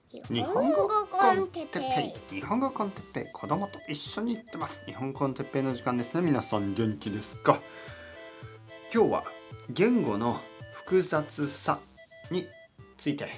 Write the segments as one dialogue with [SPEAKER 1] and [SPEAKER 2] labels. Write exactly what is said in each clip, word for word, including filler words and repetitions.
[SPEAKER 1] 日本語コンテッペイ日本語コンテッペイ子供と一緒に行ってます。日本コンテッペイの時間ですね。皆さん元気ですか？今日は言語の複雑さについて。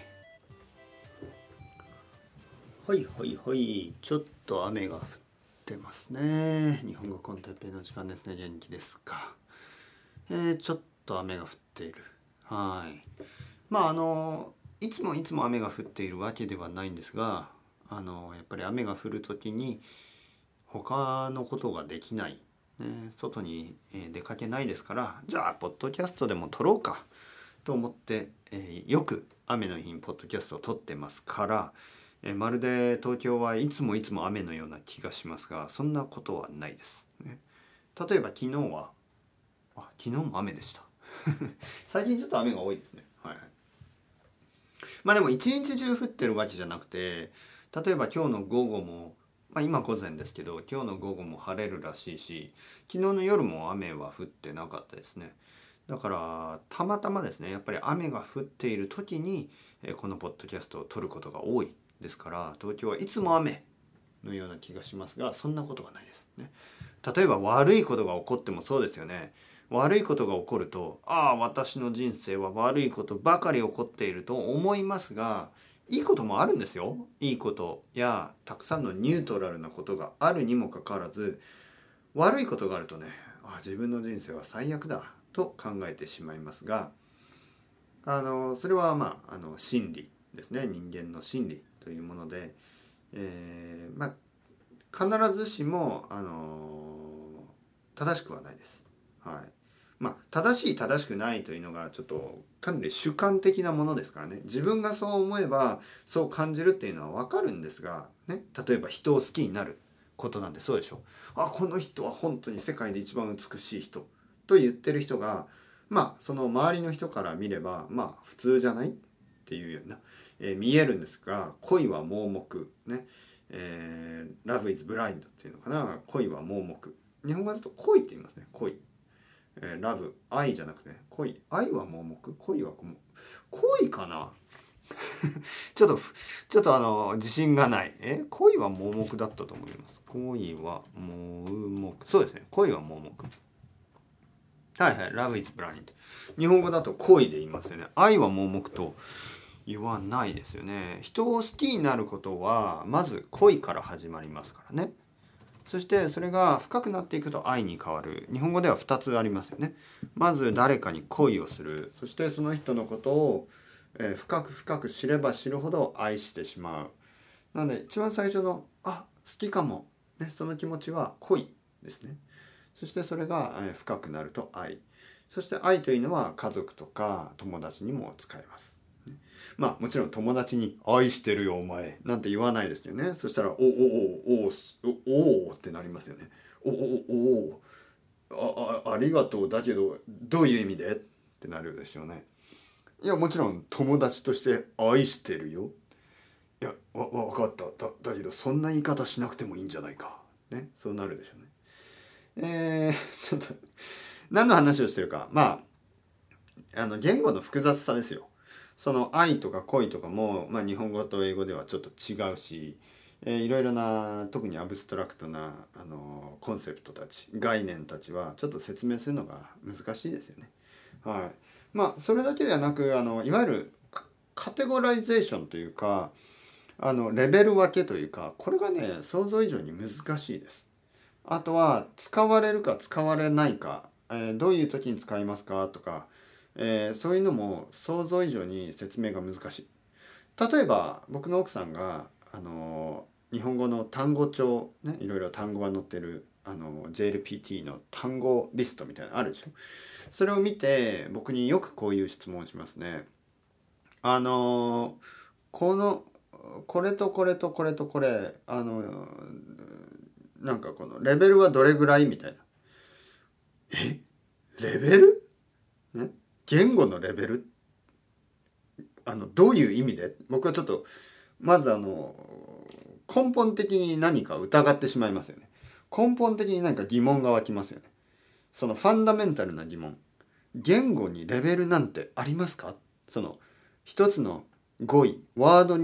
[SPEAKER 1] はいはいはい、ちょっと雨が降ってますね。日本語コンテッペイの時間ですね。元気ですか？えー、ちょっと雨が降っている。はい。まああのいつもいつも雨が降っているわけではないんですが、あのやっぱり雨が降るときに他のことができない、ね、外に出かけないですから、じゃあポッドキャストでも撮ろうかと思って、えー、よく雨の日にポッドキャストを撮ってますから、えー、まるで東京はいつもいつも雨のような気がしますが、そんなことはないです、ね。例えば昨日はあ昨日も雨でした最近ちょっと雨が多いですね。はいはい。まあでも一日中降ってるわけじゃなくて、例えば今日の午後も、まあ今午前ですけど、今日の午後も晴れるらしいし、昨日の夜も雨は降ってなかったですね。だからたまたまですね、やっぱり雨が降っている時にこのポッドキャストを撮ることが多いですから、東京はいつも雨のような気がしますが、そんなことはないですね。例えば悪いことが起こってもそうですよね。悪いことが起こると、ああ私の人生は悪いことばかり起こっていると思いますが、いいこともあるんですよ。いいことやたくさんのニュートラルなことがあるにもかかわらず、悪いことがあるとね、ああ自分の人生は最悪だと考えてしまいますが、あのそれはまああの心理ですね。人間の心理というもので、えー、まあ必ずしもあの正しくはないです。はい。まあ正しい正しくないというのがちょっとかなり主観的なものですからね。自分がそう思えばそう感じるっていうのは分かるんですが、ね、例えば人を好きになることなんてそうでしょ。あ、この人は本当に世界で一番美しい人と言ってる人が、まあその周りの人から見ればまあ普通じゃないっていうような、えー、見えるんですが、恋は盲目ね。えー、Love is blind っていうのかな。恋は盲目。日本語だと恋って言いますね。恋。えー、Love、愛じゃなくて、ね、恋。愛は盲目。恋は恋かなちょっと、ちょっとあの、自信がない。え恋は盲目だったと思います。恋は盲目。そうですね。恋は盲目。はいはい。Love is blind。日本語だと恋で言いますよね。愛は盲目と言わないですよね。人を好きになることはまず恋から始まりますからね。そしてそれが深くなっていくと愛に変わる。日本語ではふたつありますよね。まず誰かに恋をする。そしてその人のことを、えー、深く深く知れば知るほど愛してしまう。なので一番最初のあ好きかも、ね、その気持ちは恋ですね。そしてそれが、えー、深くなると愛。そして愛というのは家族とか友達にも使えます。まあもちろん友達に愛してるよお前なんて言わないですよね。そしたらおおおおおおってなりますよね。おおおおあありがとうだけどどういう意味でってなるでしょうね。いやもちろん友達として愛してるよ。いやわ分かっただだけどそんな言い方しなくてもいいんじゃないかね。そうなるでしょうね。えー、ちょっと何の話をしてるか。まああの言語の複雑さですよ。その愛とか恋とかも、まあ、日本語と英語ではちょっと違うし、えー、いろいろな特にアブストラクトなあのコンセプトたち概念たちはちょっと説明するのが難しいですよね。はい。まあそれだけではなくあのいわゆるカテゴライゼーションというかあのレベル分けというかこれがね想像以上に難しいです。あとは使われるか使われないか、えー、どういう時に使いますかとか、えー、そういうのも想像以上に説明が難しい。例えば僕の奥さんが、あのー、日本語の単語帳、ね、いろいろ単語が載ってる、あのー、ジェイエルピーティー の単語リストみたいなのあるでしょ。それを見て僕によくこういう質問をしますね。あのー、このこれとこれとこれとこれあのー、なんかこのレベルはどれぐらいみたいな。えレベルね、言語のレベルあのどういう意味で僕はちょっとまずあの根本的に何か疑ってしまいますよね。根本的に何か疑問が湧きますよね。そのファンダメンタルな疑問。言語にレベルなんてありますか？その一つの語彙ワードに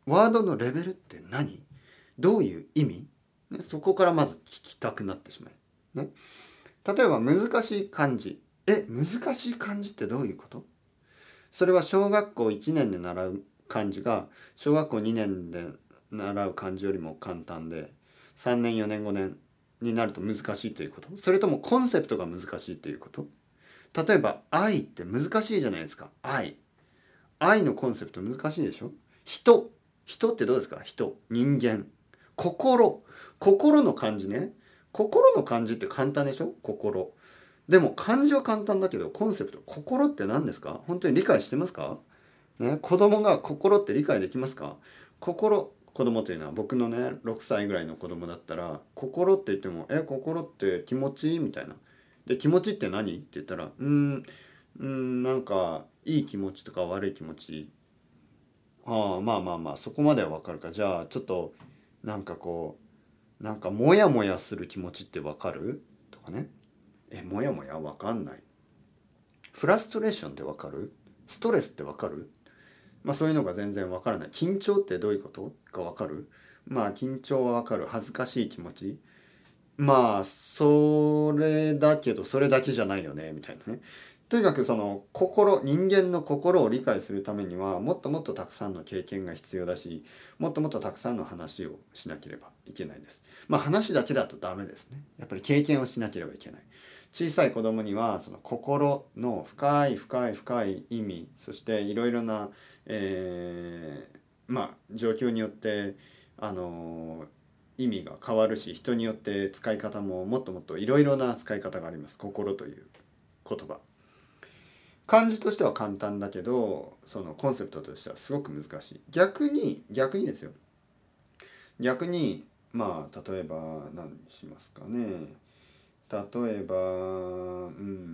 [SPEAKER 1] ワードのレベルって何？どういう意味、ね、そこからまず聞きたくなってしまう、ね、例えば難しい漢字、え難しい漢字ってどういうこと？それは小学校いちねんで習う漢字が小学校にねんで習う漢字よりも簡単で、さんねんよねんごねんになると難しいということ？それともコンセプトが難しいということ？例えば愛って難しいじゃないですか。愛愛のコンセプト難しいでしょ。人人ってどうですか？人、人間、心心の漢字ね。心の漢字って簡単でしょ。心でも漢字は簡単だけどコンセプト、心って何ですか？本当に理解してますか？ね、子供が心って理解できますか？心、子供というのは僕のねろくさいぐらいの子供だったら、心って言ってもえ心って気持ちみたいな。で気持ちって何って言ったら、うーんうーんなんかいい気持ちとか悪い気持ち、ああまあまあまあそこまではわかるか。じゃあちょっとなんかこうなんかモヤモヤする気持ちってわかるとかね。えモヤモヤわかんない。フラストレーションってわかる？ストレスってわかる？まあそういうのが全然わからない。緊張ってどういうことかわかる？まあ緊張はわかる。恥ずかしい気持ち、まあそれだけどそれだけじゃないよねみたいなね。とにかくその心、人間の心を理解するためにはもっともっとたくさんの経験が必要だし、もっともっとたくさんの話をしなければいけないです。まあ話だけだとダメですね。やっぱり経験をしなければいけない。小さい子供にはその心の深い深い深い意味、そしていろいろな、えーまあ状況によってあの意味が変わるし、人によって使い方ももっともっといろいろな使い方があります。心という言葉、漢字としては簡単だけどそのコンセプトとしてはすごく難しい。逆に逆にですよ、逆にまあ例えば何にしますかね。例えば、うん、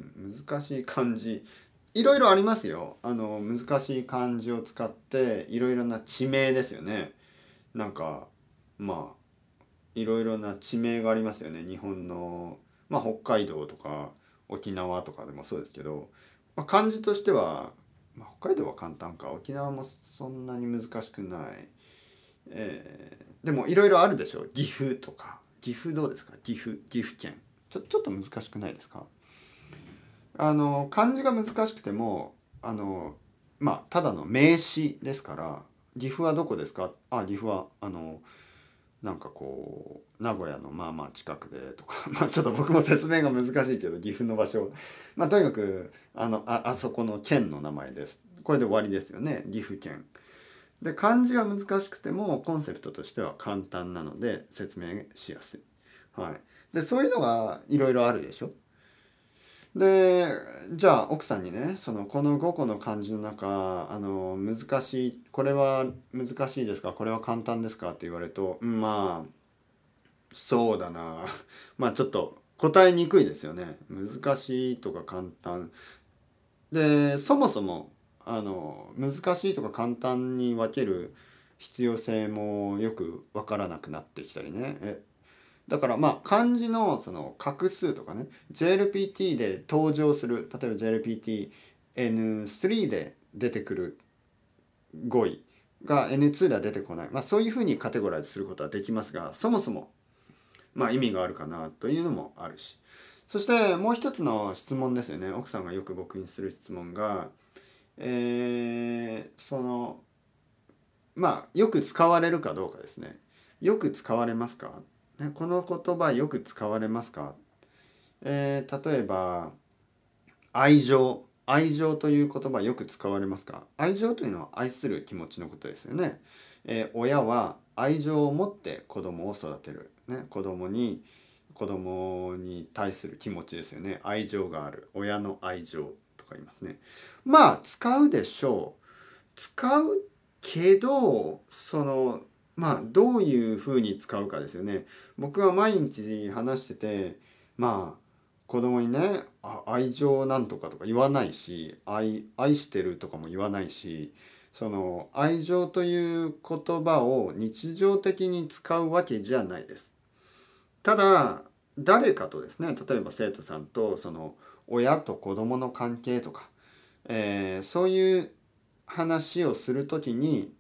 [SPEAKER 1] 難しい漢字いろいろありますよ。あの難しい漢字を使っていろいろな地名ですよね。なんかまあいろいろな地名がありますよね。日本の、まあ、北海道とか沖縄とかでもそうですけど、まあ、漢字としては、まあ、北海道は簡単か、沖縄もそんなに難しくない、えーでもいろいろあるでしょ。岐阜とか、岐阜どうですか？岐阜岐阜県ちょ、ちょっと難しくないですか？あの漢字が難しくてもあのまあただの名詞ですから、岐阜はどこですか？あ、岐阜はあのなんかこう名古屋のまあまあ近くでとかまあちょっと僕も説明が難しいけど岐阜の場所、まあとにかくあのあ、あそこの県の名前です。これで終わりですよね。岐阜県で漢字が難しくてもコンセプトとしては簡単なので説明しやすい。はい。でそういうのがいろいろあるでしょ。でじゃあ奥さんにね、そのこのごこの漢字の中あの難しい、これは難しいですか、これは簡単ですかって言われると、うん、まあそうだなまあちょっと答えにくいですよね。難しいとか簡単で、そもそもあの難しいとか簡単に分ける必要性もよく分からなくなってきたりね。えだからまあ漢字のその画数とかね、 ジェイエルピーティー で登場する、例えば ジェイエルピーティーエヌスリー で出てくる語彙が エヌツー では出てこない、まあ、そういうふうにカテゴライズすることはできますが、そもそもまあ意味があるかなというのもあるし、そしてもう一つの質問ですよね。奥さんがよく僕にする質問が、えー、そのまあよく使われるかどうかですね。よく使われますか、ね、この言葉よく使われますか、えー、例えば愛情愛情という言葉よく使われますか。愛情というのは愛する気持ちのことですよね。えー、親は愛情を持って子供を育てる、ね、子供に子供に対する気持ちですよね。愛情がある、親の愛情とか言いますね。まあ使うでしょう。使うけどそのまあどういうふうに使うかですよね。僕は毎日話してて、まあ子供にね、あ愛情なんとかとか言わないし、愛愛してるとかも言わないし、その愛情という言葉を日常的に使うわけじゃないです。ただ誰かとですね、例えば生徒さんとその親と子供の関係とか、えーそういう話をするときに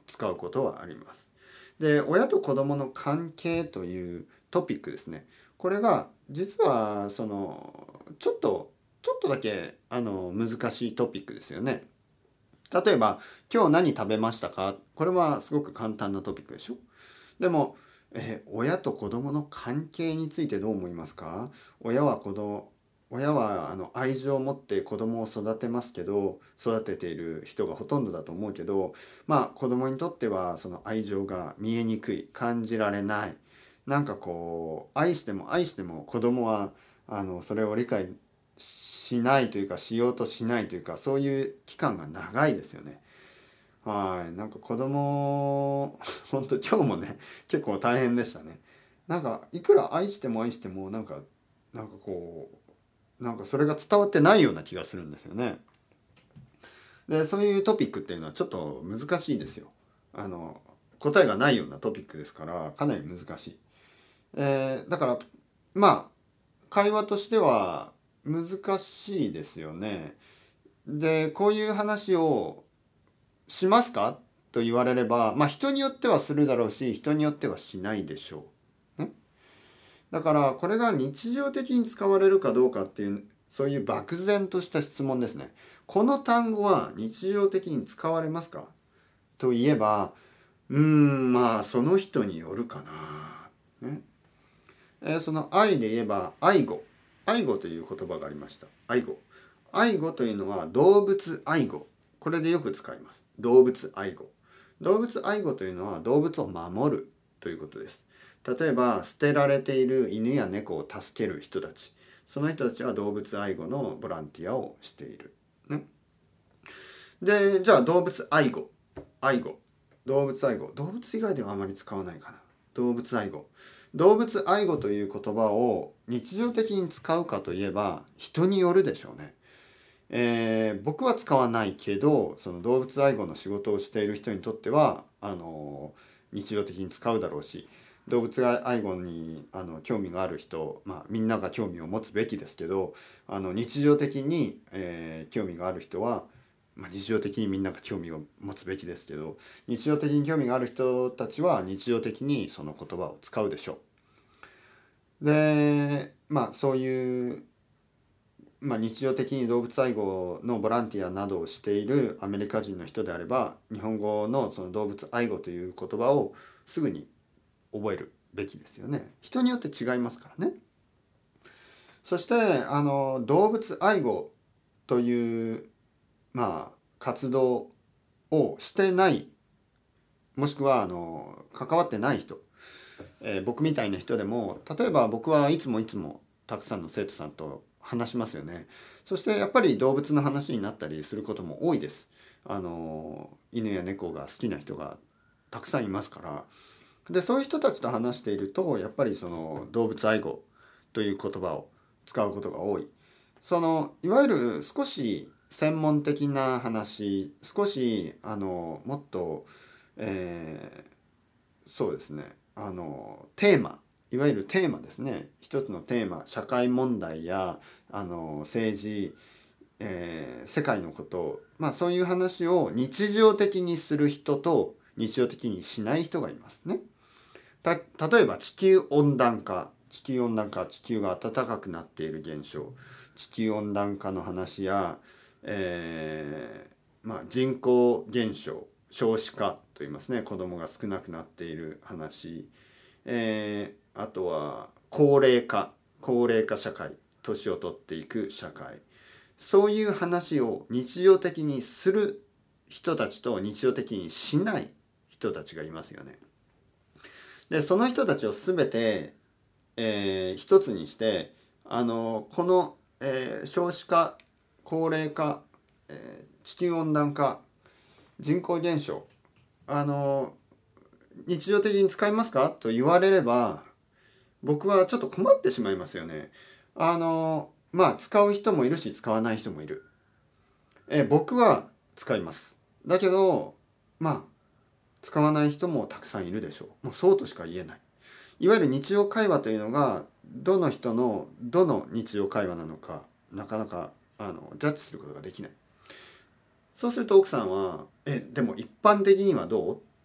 [SPEAKER 1] 使うことはあります。で、親と子供の関係というトピックですね。これが実はそのちょっとちょっとだけあの難しいトピックですよね。例えば今日何食べましたか？これはすごく簡単なトピックでしょ。でも、えー親と子供の関係についてどう思いますか？親は子供親はあの愛情を持って子供を育てますけど、育てている人がほとんどだと思うけど、まあ子供にとってはその愛情が見えにくい、感じられない、なんかこう愛しても愛しても子供はあのそれを理解しないというかしようとしないというか、そういう期間が長いですよね。はい、なんか子供本当今日もね結構大変でしたね。なんかいくら愛しても愛してもなんかなんかこうなんかそれが伝わってないような気がするんですよね。で、そういうトピックっていうのはちょっと難しいですよ。あの答えがないようなトピックですからかなり難しい。えーだからまあ会話としては難しいですよね。で、こういう話をしますかと言われれば、まあ人によってはするだろうし、人によってはしないでしょう。ね。だからこれが日常的に使われるかどうかっていう、そういう漠然とした質問ですね。この単語は日常的に使われますかといえば、うーん、まあその人によるかな。ね。えーその愛で言えば愛語。愛語という言葉がありました。愛語。愛語というのは動物愛語。これでよく使います。動物愛護。動物愛護というのは動物を守るということです。例えば捨てられている犬や猫を助ける人たち。その人たちは動物愛護のボランティアをしている。ね。で、じゃあ動物愛護。愛護。動物愛護。動物以外ではあまり使わないかな。動物愛護。動物愛護という言葉を日常的に使うかといえば人によるでしょうね。えー僕は使わないけどその動物愛護の仕事をしている人にとってはあの日常的に使うだろうし、動物愛護にあの興味がある人、まあ、みんなが興味を持つべきですけど、あの日常的に、えー興味がある人は、まあ、日常的にみんなが興味を持つべきですけど、日常的に興味がある人たちは日常的にその言葉を使うでしょう。で、まあそういうまあ、日常的に動物愛護のボランティアなどをしているアメリカ人の人であれば、日本語のその動物愛護という言葉をすぐに覚えるべきですよね。人によって違いますからね。そしてあの動物愛護というまあ活動をしてない、もしくはあの関わってない人、えー僕みたいな人でも、例えば僕はいつもいつもたくさんの生徒さんと話しますよね。そしてやっぱり動物の話になったりすることも多いです。あの犬や猫が好きな人がたくさんいますから。で、そういう人たちと話しているとやっぱりその動物愛護という言葉を使うことが多い。そのいわゆる少し専門的な話、少しあのもっと、えーそうですね、あのテーマ、いわゆるテーマですね、一つのテーマ、社会問題やあの政治、えー世界のこと、まあそういう話を日常的にする人と日常的にしない人がいますね。た例えば地球温暖化、地球温暖化、地球が暖かくなっている現象、地球温暖化の話や、えーまあ、人口減少、少子化と言いますね、子供が少なくなっている話、えーあとは高齢化、高齢化社会、年を取っていく社会、そういう話を日常的にする人たちと日常的にしない人たちがいますよね。で、その人たちを全て、えー一つにして、あのこの、えー少子化、高齢化、えー地球温暖化、人口減少、あの日常的に使いますかと言われれば、僕はちょっと困ってしまいますよね。あのまあ使う人もいるし使わない人もいる。えー僕は使います。だけどまあ使わない人もたくさんいるでしょう。もうそうとしか言えない。いわゆる日常会話というのがどの人のどの日常会話なのか、なかなかあのジャッジすることができない。そうすると奥さんは「えでも一般的にはどう?」っ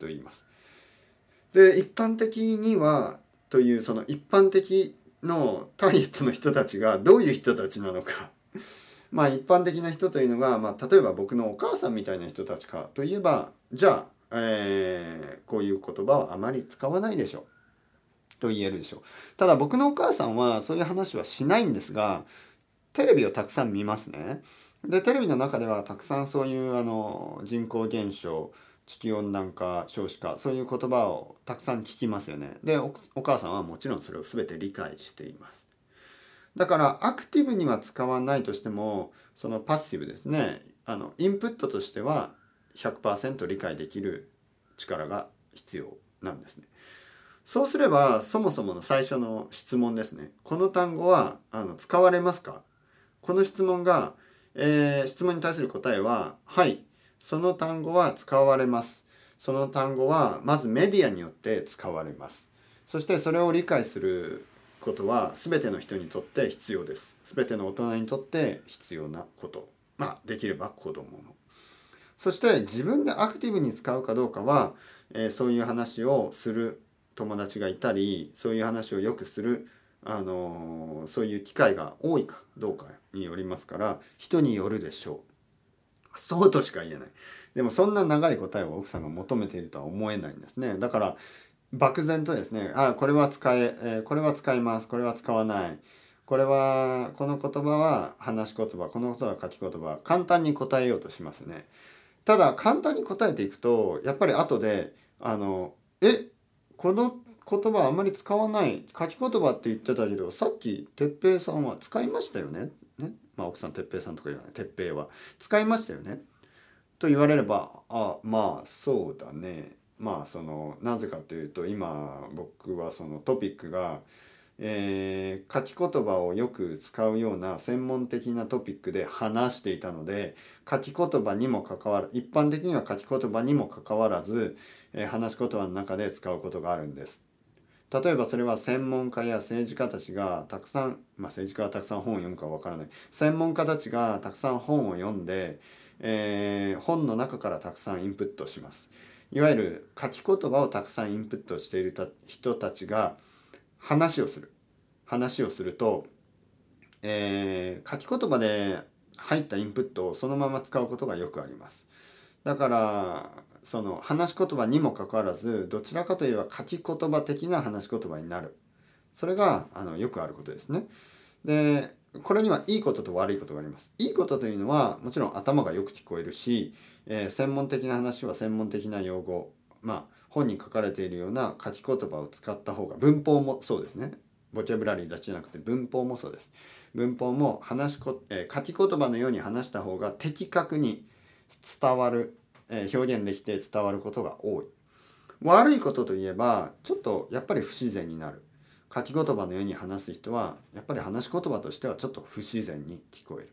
[SPEAKER 1] と言います。で一般的にはというその一般的のターゲットの人たちがどういう人たちなのかまあ一般的な人というのが、まあ、例えば僕のお母さんみたいな人たちかといえばじゃあ、えー、こういう言葉はあまり使わないでしょうと言えるでしょう。ただ僕のお母さんはそういう話はしないんですがテレビをたくさん見ますね。でテレビの中ではたくさんそういうあの人口減少地球温暖化少子化そういう言葉をたくさん聞きますよね。で お, お母さんはもちろんそれを全て理解しています。だからアクティブには使わないとしてもそのパッシブですねあのインプットとしては ひゃくパーセント 理解できる力が必要なんですね。そうすればそもそもの最初の質問ですね。この単語はあの使われますか？この質問が、えー、質問に対する答えははいその単語は使われます。その単語はまずメディアによって使われます。そしてそれを理解することは全ての人にとって必要です。全ての大人にとって必要なこと。まあできれば子供も。そして自分でアクティブに使うかどうかは、えー、そういう話をする友達がいたりそういう話をよくする、あのー、そういう機会が多いかどうかによりますから人によるでしょう。そうとしか言えない。でもそんな長い答えを奥さんが求めているとは思えないんですね。だから漠然とですねあこれは使ええー、これは使いますこれは使わないこれはこの言葉は話し言葉この言葉は書き言葉簡単に答えようとしますね。ただ簡単に答えていくとやっぱり後であのえこの言葉あんまり使わない書き言葉って言ってたけどさっき哲平さんは使いましたよね。ねまあ奥さん哲平さんとか言わない哲平は使いましたよねと言われればあまあそうだねまあそのなぜかというと今僕はそのトピックが、えー、書き言葉をよく使うような専門的なトピックで話していたので書き言葉にも関わる一般的には書き言葉にも関わらず、えー、話し言葉の中で使うことがあるんです。例えばそれは専門家や政治家たちがたくさん、まあ、政治家はたくさん本を読むかわからない専門家たちがたくさん本を読んで、えー、本の中からたくさんインプットします。いわゆる書き言葉をたくさんインプットしている人たちが話をする話をすると、えー、書き言葉で入ったインプットをそのまま使うことがよくあります。だからその話し言葉にもかかわらずどちらかといえば書き言葉的な話し言葉になる。それがあのよくあることですね。でこれにはいいことと悪いことがあります。いいことというのはもちろん頭がよく聞こえるし、えー、専門的な話は専門的な用語まあ本に書かれているような書き言葉を使った方が文法もそうですね。ボキャブラリーだけじゃなくて文法もそうです。文法も話しこ、えー、書き言葉のように話した方が的確に伝わる、えー、表現できて伝わることが多い。悪いことといえばちょっとやっぱり不自然になる。書き言葉のように話す人はやっぱり話し言葉としてはちょっと不自然に聞こえる。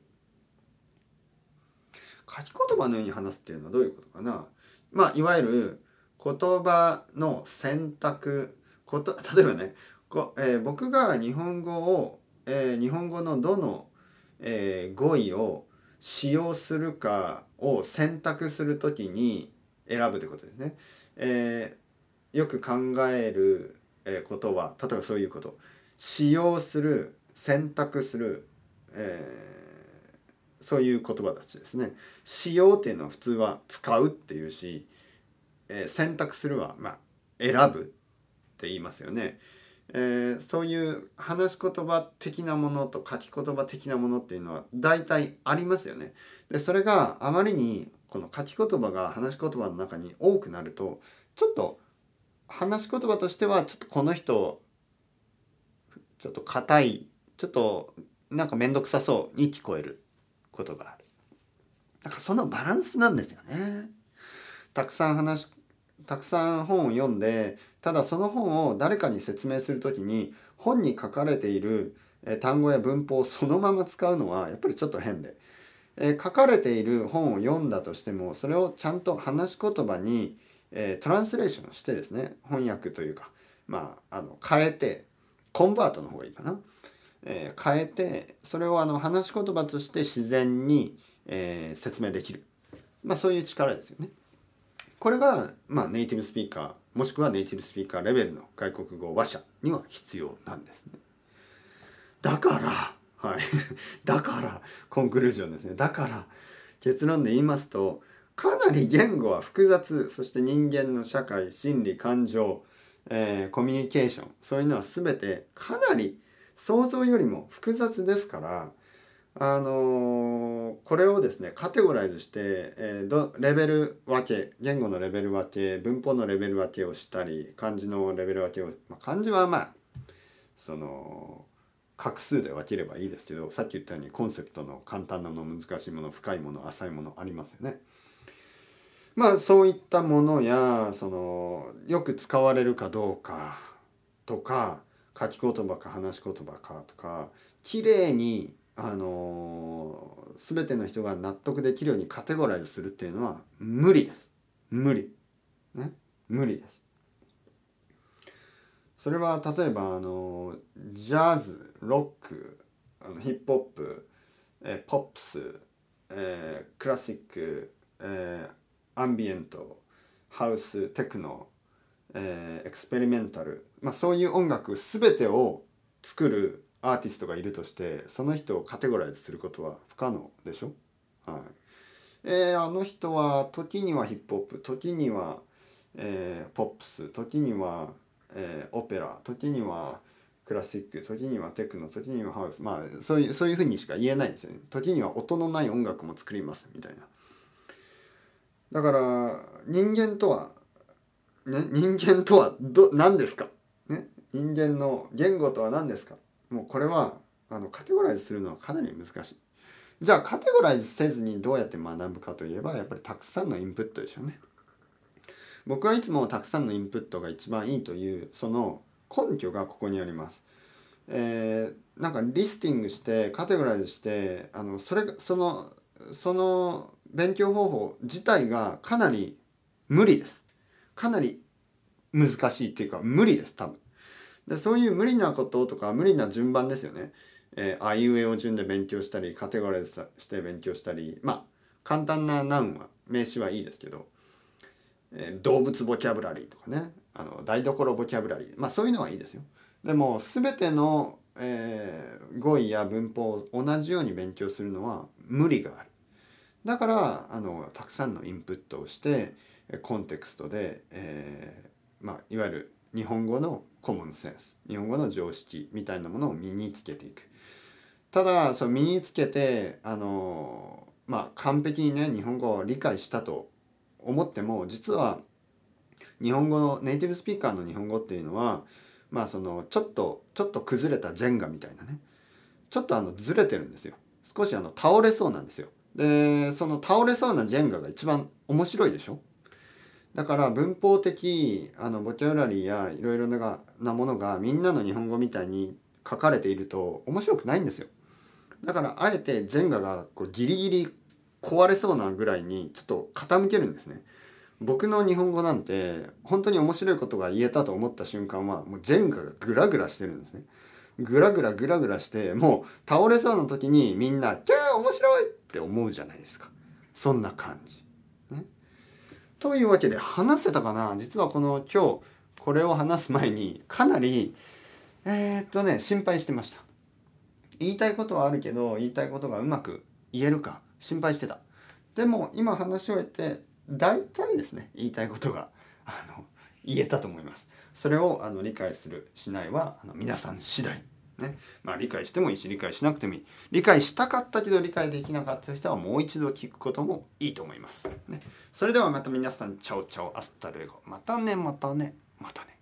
[SPEAKER 1] 書き言葉のように話すっていうのはどういうことかな。まあいわゆる言葉の選択こと、例えばねこ、えー、僕が日本語を、えー、日本語のどの、えー、語彙を使用するかを選択するときに選ぶということですね。えー、よく考えることは例えばそういうこと使用する選択する、えー、そういう言葉たちですね。使用っていうのは普通は使うっていうし、えー、選択するは、まあ、選ぶって言いますよね。えー、そういう話し言葉的なものと書き言葉的なものっていうのは大体ありますよね。でそれがあまりにこの書き言葉が話し言葉の中に多くなるとちょっと話し言葉としてはちょっとこの人ちょっと硬いちょっとなんか面倒くさそうに聞こえることがある。だからそのバランスなんですよね。たくさん話たくさん本を読んでただその本を誰かに説明するときに本に書かれている単語や文法をそのまま使うのはやっぱりちょっと変で、え書かれている本を読んだとしてもそれをちゃんと話し言葉に、えトランスレーションしてですね翻訳というかまああの変えてコンバートの方がいいかな、えー、変えてそれをあの話し言葉として自然に、えー、説明できる、まあ、そういう力ですよね。 これが、まあ、ネイティブスピーカーもしくはネイティブスピーカーレベルの外国語話者には必要なんですね。だからはいだからコンクルージョンですね。だから結論で言いますと、かなり言語は複雑、そして人間の社会、心理、感情、えー、コミュニケーション、そういうのは全てかなり想像よりも複雑ですから、あのー、これをですねカテゴライズして、えー、どレベル分け、言語のレベル分け、文法のレベル分けをしたり、漢字のレベル分けを、まあ、漢字はまあその画数で分ければいいですけど、さっき言ったようにコンセプトの簡単なもの、難しいもの、深いもの、浅いものありますよね。まあそういったものや、そのよく使われるかどうかとか、書き言葉か話し言葉かとか、きれいにあのー、全ての人が納得できるようにカテゴライズするっていうのは無理です。無理。ね、無理です。それは例えばあのジャズ、ロック、あのヒップホップ、えポップス、えー、クラシック、えー、アンビエント、ハウス、テクノ、えー、エクスペリメンタル、まあ、そういう音楽全てを作るアーティストがいるとして、その人をカテゴライズすることは不可能でしょ。はい。えー、あの人は時にはヒップホップ、時には、えー、ポップス、時には、えー、オペラ、時にはクラシック、時にはテクノ、時にはハウス、まあそういうそういうふうにしか言えないんですよね。時には音のない音楽も作りますみたいな。だから人間とはね、人間とはど何ですか、ね、人間の言語とは何ですか。もうこれはあのカテゴライズするのはかなり難しい。じゃあカテゴライズせずにどうやって学ぶかといえば、やっぱりたくさんのインプットでしょうね。僕はいつもたくさんのインプットが一番いいというその根拠がここにあります。えー、なんかリスティングしてカテゴライズして、あのそれそのその勉強方法自体がかなり無理です。かなり難しいっていうか無理です多分。でそういう無理なこととか無理な順番ですよね。えー、あいうえお順で勉強したり、カテゴライズして勉強したり、まあ簡単なナウンは名詞はいいですけど、えー、動物ボキャブラリーとかね、あの台所ボキャブラリー、まあそういうのはいいですよ。でも全ての、えー、語彙や文法を同じように勉強するのは無理がある。だからあのたくさんのインプットをしてコンテクストで、えーまあ、いわゆる日本語のコモンセンス、日本語の常識みたいなものを身につけていく。ただその身につけてあの、まあ、完璧にね日本語を理解したと思っても、実は日本語のネイティブスピーカーの日本語っていうのは、まあそのちょっとちょっと崩れたジェンガみたいなね、ちょっとあのずれてるんですよ。少しあの倒れそうなんですよ。でその倒れそうなジェンガが一番面白いでしょ。だから文法的あのボキャブラリーやいろいろなものがみんなの日本語みたいに書かれていると面白くないんですよ。だからあえてジェンガがこうギリギリ壊れそうなぐらいにちょっと傾けるんですね。僕の日本語なんて本当に面白いことが言えたと思った瞬間はもうジェンガがグラグラしてるんですね。グラグラグラグラしてもう倒れそうな時にみんなキャー面白いって思うじゃないですか。そんな感じ、ね、というわけで話せたかな。実はこの今日これを話す前にかなりえー、っとね心配してました。言いたいことはあるけど言いたいことがうまく言えるか心配してた。でも今話を終えて大体ですね言いたいことがあの言えたと思います。それをあの理解するしないはあの皆さん次第ね。まあ理解してもいいし理解しなくてもいい。理解したかったけど理解できなかった人はもう一度聞くこともいいと思います、ね、それではまた皆さんチャオチャオアスタルエゴ、またねまたねまたね。